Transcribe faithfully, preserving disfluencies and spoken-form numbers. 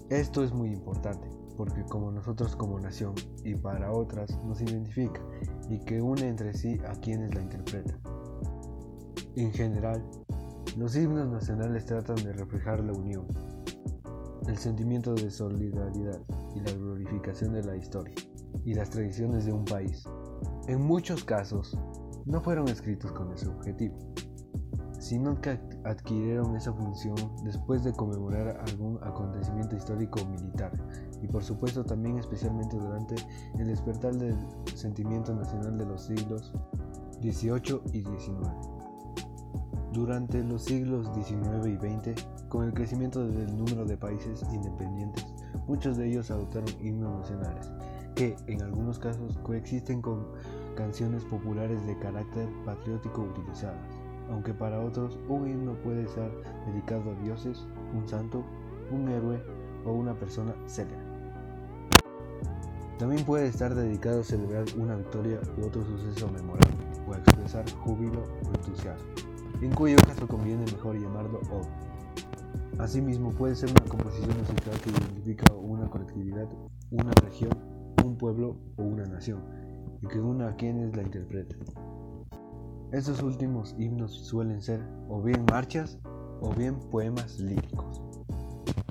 Esto es muy importante, porque como nosotros como nación y para otras nos identifica y que une entre sí a quienes la interpretan. En general, los himnos nacionales tratan de reflejar la unión, el sentimiento de solidaridad y la glorificación de la historia y las tradiciones de un país. En muchos casos, no fueron escritos con ese objetivo, sino que adquirieron esa función después de conmemorar algún acontecimiento histórico o militar, y por supuesto también especialmente durante el despertar del sentimiento nacional de los siglos dieciocho y diecinueve. Durante los siglos diecinueve y veinte, con el crecimiento del número de países independientes, muchos de ellos adoptaron himnos nacionales, que en algunos casos coexisten con canciones populares de carácter patriótico utilizadas, aunque para otros un himno puede estar dedicado a dioses, un santo, un héroe o una persona célebre. También puede estar dedicado a celebrar una victoria u otro suceso memorable, o a expresar júbilo o entusiasmo, en cuyo caso conviene mejor llamarlo oda. Asimismo, puede ser una composición musical que identifica una colectividad, una región, un pueblo o una nación, y que una a quienes la interpretan. Estos últimos himnos suelen ser o bien marchas o bien poemas líricos.